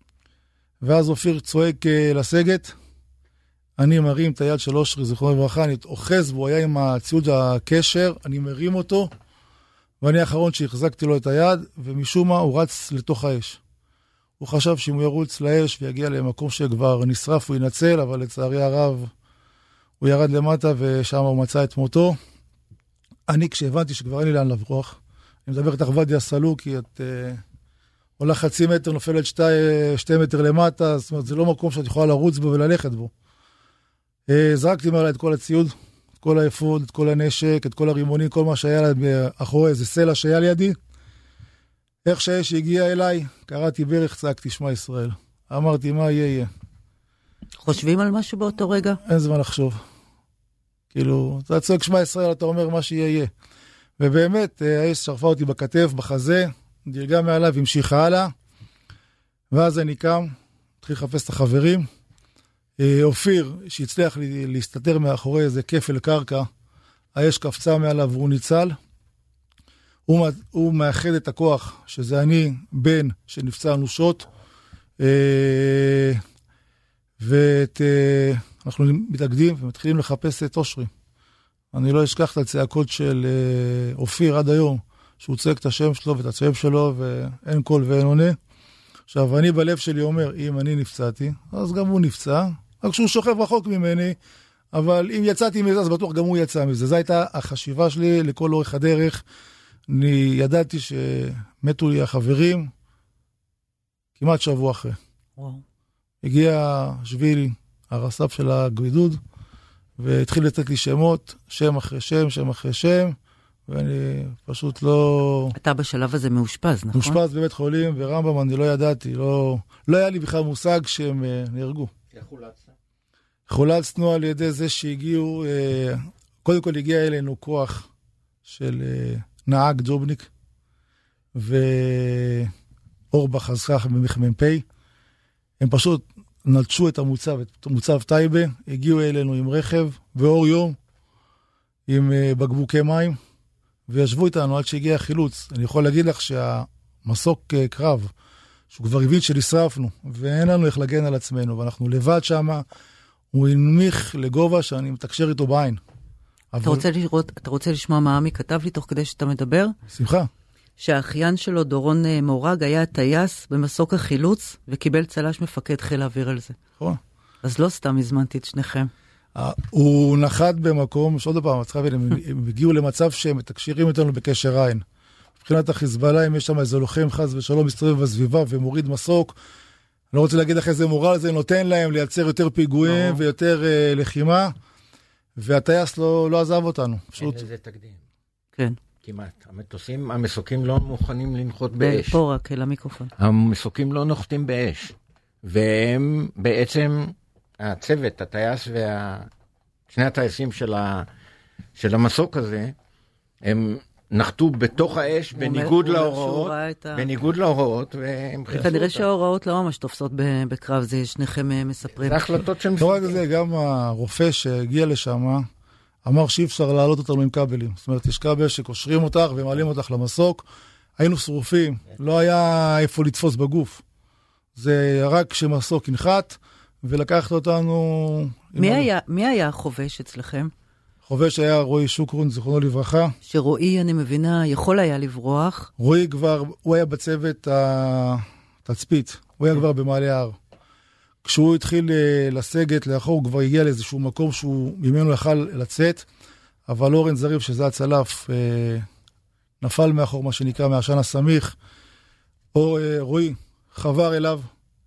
ואז אופיר צועק לסגת, אני מרים את היד של אושרי, זכרונו לברכה, אני אוחז בו, היה עם הציוד הקשר, אני מרים אותו, ואני האחרון שהחזקתי לו את היד, ומשום מה הוא רץ לתוך האש. הוא חשב שאם הוא ירוץ לאש ויגיע למקום שכבר נשרף, הוא ינצל, אבל לצערי הרב, הוא ירד למטה ושם הוא מצא את מותו. אני, כשהבנתי שכבר אין לי לאן לברוח, אני מדבר איתך ודי הסלוקי, את uh, עולה חצי מטר, נופלת שתי, שתי מטר למטה, זאת אומרת, זה לא מקום שאת יכולה לרוץ בו וללכת בו. Uh, זרקתי מעלה את כל הציוד, את כל האפוד, את כל הנשק, את כל הרימונים, כל מה שהיה לה אחורי, איזה סלע שהיה לידי. איך שהאש הגיע אליי, קראתי ברך, צעקתי שמע ישראל. אמרתי, מה יהיה יהיה? חושבים על משהו באותו רגע? אין זמן לחשוב. כאילו, אתה צועק שמע ישראל, אתה אומר מה שיהיה יהיה. ובאמת, האש שרפה אותי בכתף, בחזה, דרגה מעליו, המשיכה הלאה, ואז אני קם, התחיל לחפש את החברים. אופיר, שהצליח להסתתר מאחורי איזה כפל קרקע, האש קפצה מעליו והוא ניצל. הוא, הוא מאחד את הכוח, שזה אני, בן, שנפצע אנושות, אה, ואנחנו מתאגדים ומתחילים לחפש את אושרי. אני לא אשכח את הצעקות של אה, אופיר עד היום, שהוא צועק את השם שלו ואת הצבב שלו, ואין קול ואין עונה. עכשיו, אני בלב שלי אומר, אם אני נפצעתי, אז גם הוא נפצע, רק שהוא שוכב רחוק ממני, אבל אם יצאתי מזה, אז בטוח גם הוא יצא מזה. זו הייתה החשיבה שלי לכל אורך הדרך. אני ידעתי שמתו לי החברים כמעט שבוע אחרי. וואו. הגיע שבילי, הרס"פ של הגדוד, והתחיל לתת לי שמות, שם אחרי שם, שם אחרי שם, ואני פשוט לא... אתה בשלב הזה מאושפז, נכון? מאושפז בבית חולים, ורמב"ם אני לא ידעתי, לא, לא היה לי בכלל מושג שהם נהרגו. איך חולצת? חולצנו על ידי זה שהגיעו, קודם כל הגיע אלינו כוח של נהג ג'ובניק, ואורבך חזכך במ"פ, הם פשוט נלצ'ו את המוצב, את מוצב טייבה, הגיעו אלינו עם רכב ואור יום, עם בקבוקי מים, וישבו איתנו עד שהגיע החילוץ. אני יכול להגיד לך שהמסוק קרב, שהוא כבר הבין שנשרפנו, ואין לנו איך לגן על עצמנו, ואנחנו לבד שם, הוא הנמיך לגובה שאני מתקשר איתו בעין. אבל... אתה רוצה לראות, אתה רוצה לשמוע מה עמי כתב לי תוך כדי שאתה מדבר? שמחה. שהאחיין שלו, דורון מורג, היה טייס במסוק החילוץ, וקיבל צל"ש מפקד חיל האוויר על זה. נכון. אז לא סתם הזמנתי את שניכם. הוא נחת במקום, שעוד פעם, הם הגיעו למצב שהם מתקשרים איתנו בקשר עין. מבחינת החיזבאללה, אם יש שם איזה לוחם חס ושלום מסתובב בסביבה ומוריד מסוק, אני לא רוצה להגיד לך איזה מורל זה נותן להם לייצר יותר פיגועים ויותר לחימה, והטייס לא עזב אותנו. אין לזה תקדים. כן. כמעט. המטוסים, המסוקים לא מוכנים לנחות באש. פה רק אל המיקרופון. המסוקים לא נוחתים באש. והם בעצם, הצוות, הטייס וה... שני הטייסים של של המסוק הזה, הם נחתו בתוך האש בניגוד להוראות, בניגוד להוראות, והם חיפשו אותה. כנראה שההוראות לא ממש תופסות בקרב, זה שניכם מספרים. זה החלטות שהם... לא רק זה, גם הרופא שהגיע לשם, אמר שאי אפשר להעלות אותנו עם כבלים. זאת אומרת, יש כבל שקושרים אותך ומעלים אותך למסוק, היינו שרופים, לא היה איפה לתפוס בגוף. זה רק כשמסוק ינחת, ולקחת אותנו... מי היה, מי היה החובש אצלכם? חובש היה רועי שוקרון, זכרונו לברכה. שרועי, אני מבינה, יכול היה לברוח. רועי כבר, הוא היה בצוות התצפית, הוא היה כבר במעלה ההר. כשהוא התחיל לסגת לאחור, הוא כבר הגיע לאיזשהו מקום שהוא ממנו יכל לצאת, אבל אורן זריב, שזה הצלף, נפל מאחור, מה שנקרא, מהעשן הסמיך, או רועי חבר אליו,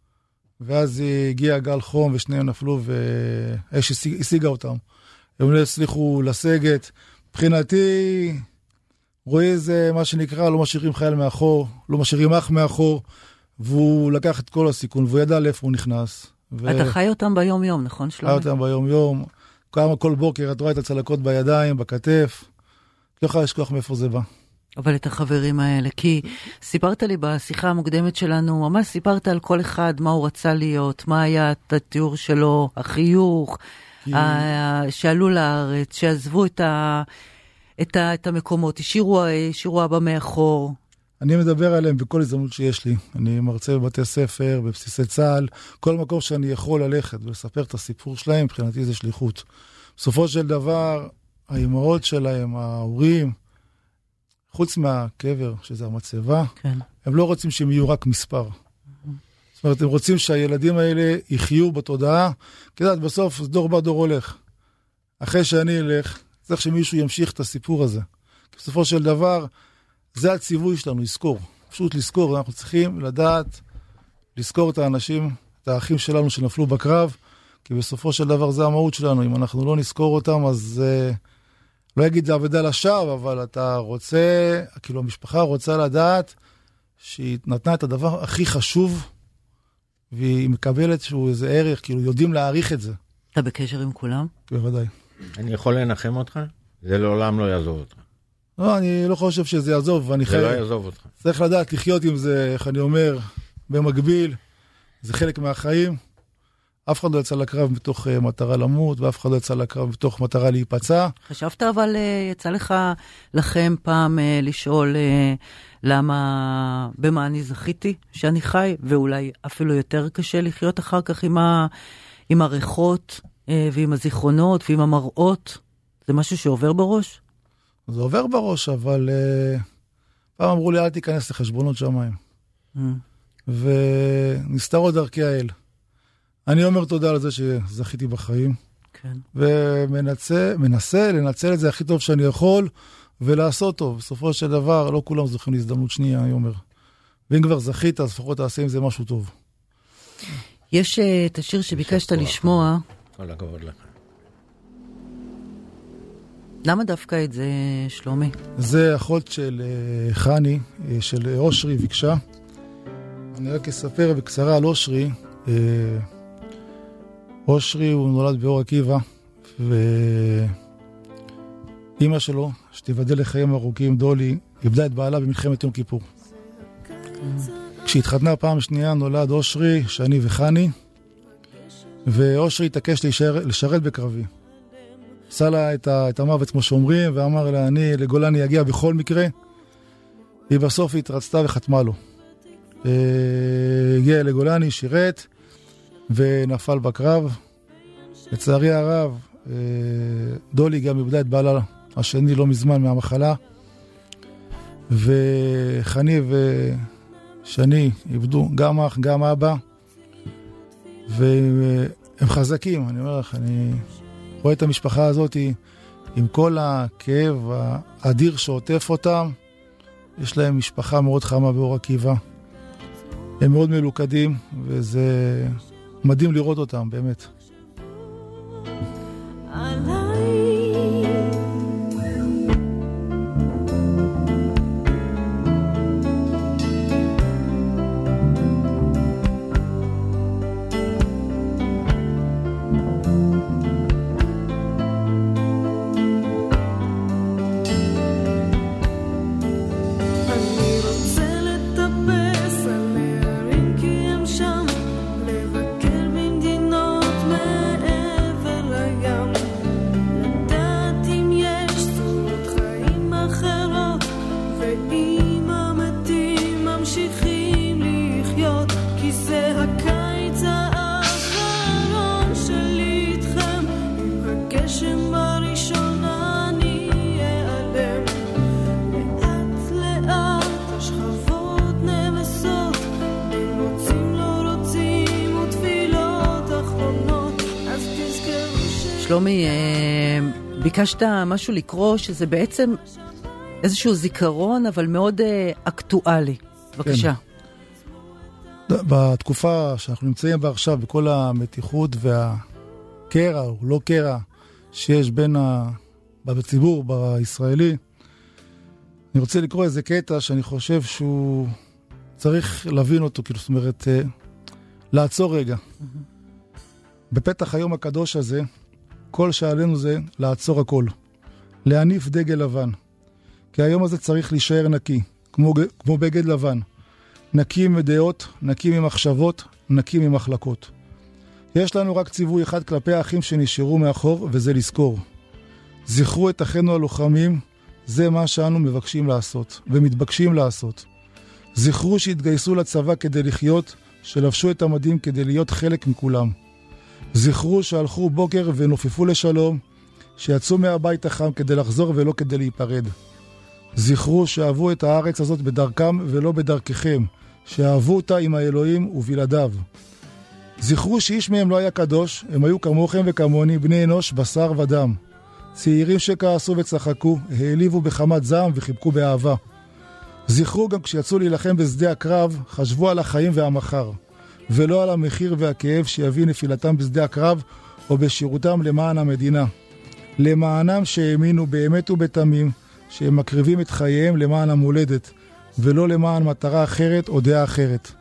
ואז הגיע גל חום, ושניהם נפלו, והאש השיגה אותם. הם לא הצליחו לסגת. מבחינתי, רועי זה מה שנקרא, לא משאירים חייל מאחור, לא משאירים אח מאחור, והוא לקח את כל הסיכון, והוא ידע לאיפה הוא נכנס. ו... אתה חי אותם ביום יום, נכון שלומי? חי אותם ביום יום. כמה כל בוקר, את רואה את הצלקות בידיים, בכתף. לא יכולה לשכוח מאיפה זה בא. אבל את החברים האלה, כי סיפרת לי בשיחה המוקדמת שלנו, ממש סיפרת על כל אחד, מה הוא רצה להיות, מה היה התיאור שלו, החיוך, כי... שעלו לארץ, שעזבו את, ה... את, ה... את המקומות, השאירו, השאירו אבא מאחור. אני מדבר עליהם בכל הזדמנות שיש לי. אני מרצה בבתי ספר, בבסיסי צה"ל, כל מקום שאני יכול ללכת ולספר את הסיפור שלהם, מבחינתי זה שליחות. בסופו של דבר, האימהות שלהם, ההורים, חוץ מהקבר, שזה המצבה, כן. הם לא רוצים שהם יהיו רק מספר. Mm-hmm. זאת אומרת, הם רוצים שהילדים האלה יחיו בתודעה, כי יודעת, בסוף דור בא דור הולך. אחרי שאני אלך, צריך שמישהו ימשיך את הסיפור הזה. כי בסופו של דבר, זה הציווי שלנו, לזכור. פשוט לזכור, אנחנו צריכים לדעת, לזכור את האנשים, את האחים שלנו שנפלו בקרב, כי בסופו של דבר זה המהות שלנו. אם אנחנו לא נזכור אותם, אז... Uh, לא אגיד זה עבודה לשווא, אבל אתה רוצה, כאילו המשפחה רוצה לדעת שהיא נתנה את הדבר הכי חשוב, והיא מקבלת שהוא איזה ערך, כאילו יודעים להעריך את זה. אתה בקשר עם כולם? בוודאי. אני יכול לנחם אותך? זה לעולם לא יעזוב אותך. לא, אני לא חושב שזה יעזוב. זה חי... לא יעזוב אותך. צריך לדעת לחיות עם זה, איך אני אומר, במקביל. זה חלק מהחיים. אף אחד לא יצא לקרב מתוך uh, מטרה למות, ואף אחד לא יצא לקרב מתוך מטרה להיפצע. חשבת אבל uh, יצא לך לכם פעם uh, לשאול uh, למה, במה אני זכיתי שאני חי, ואולי אפילו יותר קשה לחיות אחר כך עם, ה, עם הריחות uh, ועם הזיכרונות ועם המראות? זה משהו שעובר בראש? זה עובר בראש, אבל uh, פעם אמרו לי אל תיכנס לחשבונות שמיים. Mm. ונסתרות דרכי האל. אני אומר תודה על זה שזכיתי בחיים, כן. ומנסה מנסה לנצל את זה הכי טוב שאני יכול, ולעשות טוב. בסופו של דבר, לא כולם זוכים להזדמנות שנייה, אני אומר. ואם כבר זכית, אז לפחות תעשה עם זה משהו טוב. יש uh, את השיר שביקשת לשמוע. כל הכבוד לך. למה דווקא את זה, שלומי? זה אחות של uh, חני, uh, של אושרי ביקשה. אני רק אספר בקצרה על אושרי, uh, אושרי הוא נולד באור עקיבא, ואימא שלו, שתיבדל לחיים ארוכים, דולי, איבדה את בעלה במלחמת יום כיפור. כשהתחתנה פעם שנייה נולד אושרי, שני וחני, ואושרי התעקש לשרת בקרבי. עשה לה את, ה, את המוות כמו שאומרים, ואמר לה, אני לגולני אגיע בכל מקרה, והיא בסוף התרצתה וחתמה לו. הגיע לגולני, שירת, ונפל בקרב. לצערי הרב, דולי גם איבדה את בעלה השני לא מזמן מהמחלה, וחני ושני איבדו גם אח, גם אבא, והם חזקים. אני אומר לך, אני רואה את המשפחה הזאת עם כל הכאב האדיר שעוטף אותם. יש להם משפחה מאוד חמה באור עקיבא, הם מאוד מלוכדים, וזה מדהים לראות אותם, באמת. שלומי, ביקשת משהו לקרוא שזה בעצם איזשהו זיכרון, אבל מאוד אקטואלי. בבקשה. כן. בתקופה שאנחנו נמצאים בה עכשיו, בכל המתיחות והקרע, או לא קרע, שיש בין ה... בציבור, בישראלי, אני רוצה לקרוא איזה קטע שאני חושב שהוא צריך להבין אותו, כאילו, זאת אומרת, לעצור רגע. בפתח היום הקדוש הזה, כל שעלינו זה לעצור הכל. להניף דגל לבן. כי היום הזה צריך להישאר נקי, כמו, כמו בגד לבן. נקי מדעות, נקי ממחשבות, נקי ממחלקות. יש לנו רק ציווי אחד כלפי האחים שנשארו מאחור, וזה לזכור. זכרו את אחינו הלוחמים, זה מה שאנו מבקשים לעשות, ומתבקשים לעשות. זכרו שהתגייסו לצבא כדי לחיות, שלבשו את המדים כדי להיות חלק מכולם. זכרו שהלכו בוקר ונופפו לשלום, שיצאו מהבית החם כדי לחזור ולא כדי להיפרד. זכרו שאהבו את הארץ הזאת בדרכם ולא בדרככם, שאהבו אותה עם האלוהים ובלעדיו. זכרו שאיש מהם לא היה קדוש, הם היו כמוכם וכמוני, בני אנוש, בשר ודם. צעירים שכעסו וצחקו, העליבו בחמת זעם וחיבקו באהבה. זכרו גם כשיצאו להילחם בשדה הקרב, חשבו על החיים והמחר, ולא על המחיר והכאב שיביא נפילתם בשדה הקרב או בשירותם למען המדינה. למענם שהאמינו באמת ובתמים, שהם מקריבים את חייהם למען המולדת, ולא למען מטרה אחרת או דעה אחרת.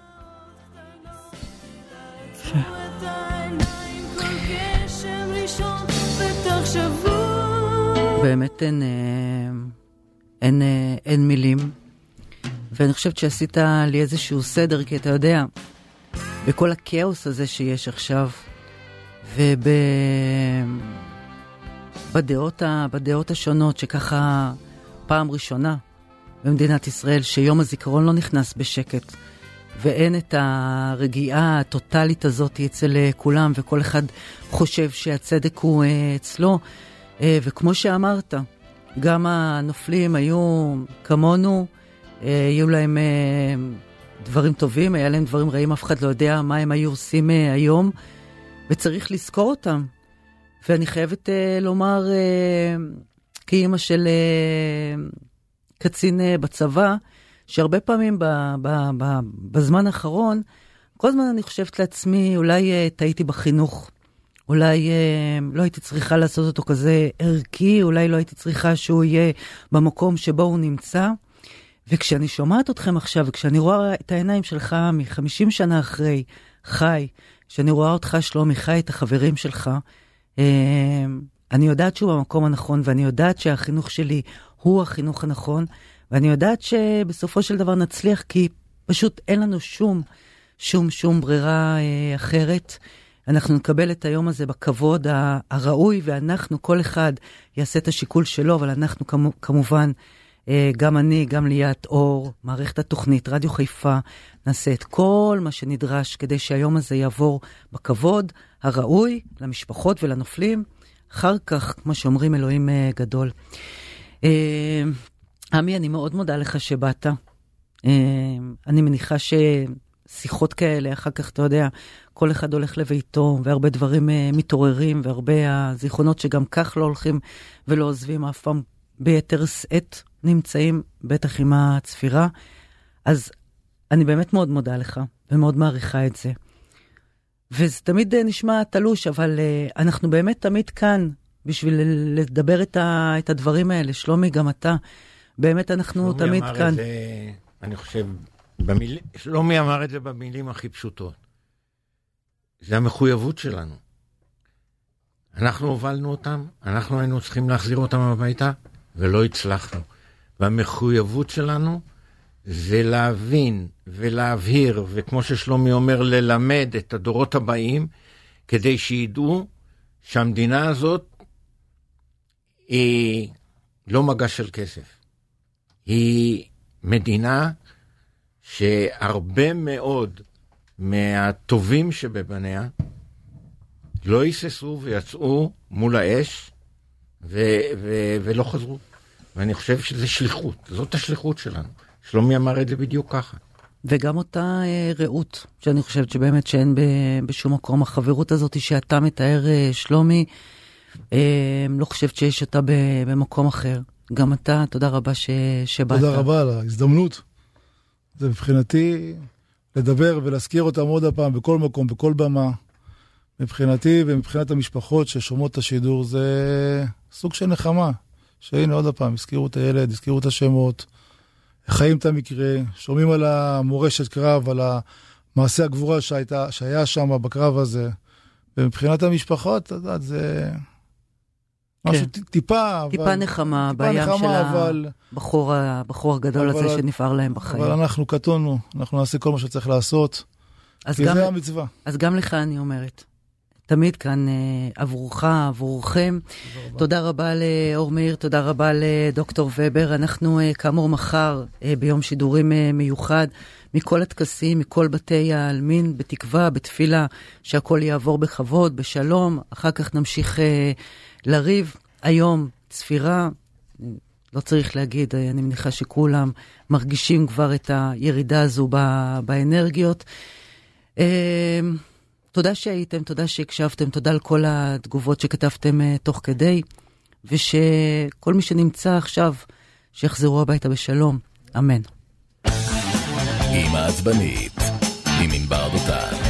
באמת אין, אין, אין מילים, ואני חושבת שעשית לי איזשהו סדר, כי אתה יודע, בכל הכאוס הזה שיש עכשיו, ובדעות בדעות השונות, שככה פעם ראשונה במדינת ישראל, שיום הזיכרון לא נכנס בשקט, ואין את הרגיעה הטוטלית הזאת אצל כולם, וכל אחד חושב שהצדק הוא אצלו, וכמו שאמרת, גם הנופלים היו כמונו, היו להם דברים טובים, היה להם דברים רעים, אף אחד לא יודע מה הם היו עושים היום, וצריך לזכור אותם. ואני חייבת לומר, כאמא של קצין בצבא, שהרבה פעמים ב, ב, ב, בזמן האחרון, כל הזמן אני חושבת לעצמי, אולי טעיתי בחינוך, אולי אה, לא הייתי צריכה לעשות אותו כזה ערכי, אולי לא הייתי צריכה שהוא יהיה במקום שבו הוא נמצא. וכשאני שומעת אתכם עכשיו, וכשאני רואה את העיניים שלך מ-חמישים שנה אחרי, חי, כשאני רואה אותך שלומי חי, את החברים שלך, אה, אני יודעת שהוא במקום הנכון, ואני יודעת שהחינוך שלי הוא החינוך הנכון, ואני יודעת שבסופו של דבר נצליח, כי פשוט אין לנו שום, שום, שום ברירה אה, אחרת. אנחנו נקבל את היום הזה בכבוד הראוי, ואנחנו, כל אחד יעשה את השיקול שלו, אבל אנחנו כמובן, גם אני, גם ליאת אור, מערכת התוכנית, רדיו חיפה, נעשה את כל מה שנדרש, כדי שהיום הזה יעבור בכבוד הראוי, למשפחות ולנופלים, אחר כך, כמו שאומרים, אלוהים גדול. עמי, אני מאוד מודה לך שבאת. אני מניחה ששיחות כאלה, אחר כך אתה יודע, כל אחד הולך לביתו, והרבה דברים uh, מתעוררים, והרבה הזיכרונות שגם כך לא הולכים ולא עוזבים, אף פעם ביתר שאת נמצאים, בטח עם הצפירה. אז אני באמת מאוד מודה לך, ומאוד מעריכה את זה. וזה תמיד uh, נשמע תלוש, אבל uh, אנחנו באמת תמיד כאן, בשביל לדבר את, ה, את הדברים האלה. שלומי, גם אתה, באמת אנחנו תמיד כאן. שלומי אמר את זה, אני חושב, במיל... שלומי אמר את זה במילים הכי פשוטות. זה המחויבות שלנו. אנחנו הובלנו אותם, אנחנו היינו צריכים להחזיר אותם הביתה, ולא הצלחנו. והמחויבות שלנו זה להבין ולהבהיר, וכמו ששלומי אומר, ללמד את הדורות הבאים, כדי שידעו שהמדינה הזאת היא לא מגש של כסף. היא מדינה שהרבה מאוד מהטובים שבבניה לא היססו ויצאו מול האש ו- ו- ולא חזרו. ואני חושב שזה שליחות, זאת השליחות שלנו. שלומי אמר את זה בדיוק ככה. וגם אותה אה, רעות, שאני חושבת שבאמת שאין ב- בשום מקום, החברות הזאת שאתה מתאר, אה, שלומי, לא חושבת שיש אותה במקום אחר. גם אתה, תודה רבה ש... שבאת. תודה רבה על ההזדמנות. זה מבחינתי לדבר ולהזכיר אותם עוד הפעם בכל מקום, בכל במה. מבחינתי ומבחינת המשפחות ששומעות את השידור, זה סוג של נחמה. שהנה עוד הפעם, הזכירו את הילד, הזכירו את השמות, חיים את המקרה, שומעים על המורשת קרב, על המעשה הגבורה שהייתה, שהיה שם בקרב הזה. ומבחינת המשפחות, אתה יודע, זה משהו כן. טיפה, טיפה אבל, נחמה טיפה בים נחמה, של אבל, הבחור, הבחור הגדול אבל, הזה שנפער להם בחיים. אבל אנחנו קטונו, אנחנו נעשה כל מה שצריך לעשות, כי גם, זה המצווה. אז גם לך אני אומרת, תמיד כאן עבורך, עבורכם. תודה רבה לאור מאיר, תודה רבה לדוקטור ובר. אנחנו כאמור מחר ביום שידורים מיוחד, מכל התקסים, מכל בתי העלמין, בתקווה, בתפילה, שהכל יעבור בכבוד, בשלום. אחר כך נמשיך לריב. היום צפירה, לא צריך להגיד, אני מניחה שכולם מרגישים כבר את הירידה הזו באנרגיות. תודה שהייתם, תודה שהקשבתם, תודה על כל התגובות שכתבתם uh, תוך כדי, ושכל מי שנמצא עכשיו, שיחזרו הביתה בשלום. אמן. עם העצבנית, עם ענבר דותן.